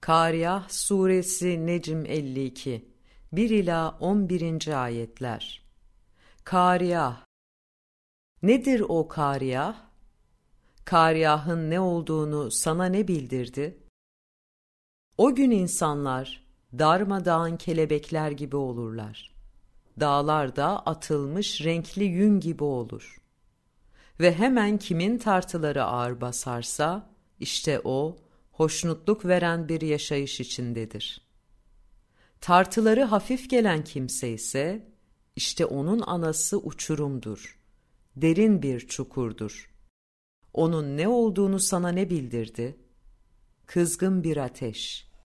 Kâriyah Suresi Necm 52 1 ila 11. ayetler. Kâriyah. Nedir o kâriyah? Kâriyahın ne olduğunu sana ne bildirdi? O gün insanlar darmadağın kelebekler gibi olurlar. Dağlar da atılmış renkli yün gibi olur. Ve hemen kimin tartıları ağır basarsa, işte o, hoşnutluk veren bir yaşayış içindedir. Tartıları hafif gelen kimse ise, işte onun anası uçurumdur, derin bir çukurdur. Onun ne olduğunu sana ne bildirdi? Kızgın bir ateş,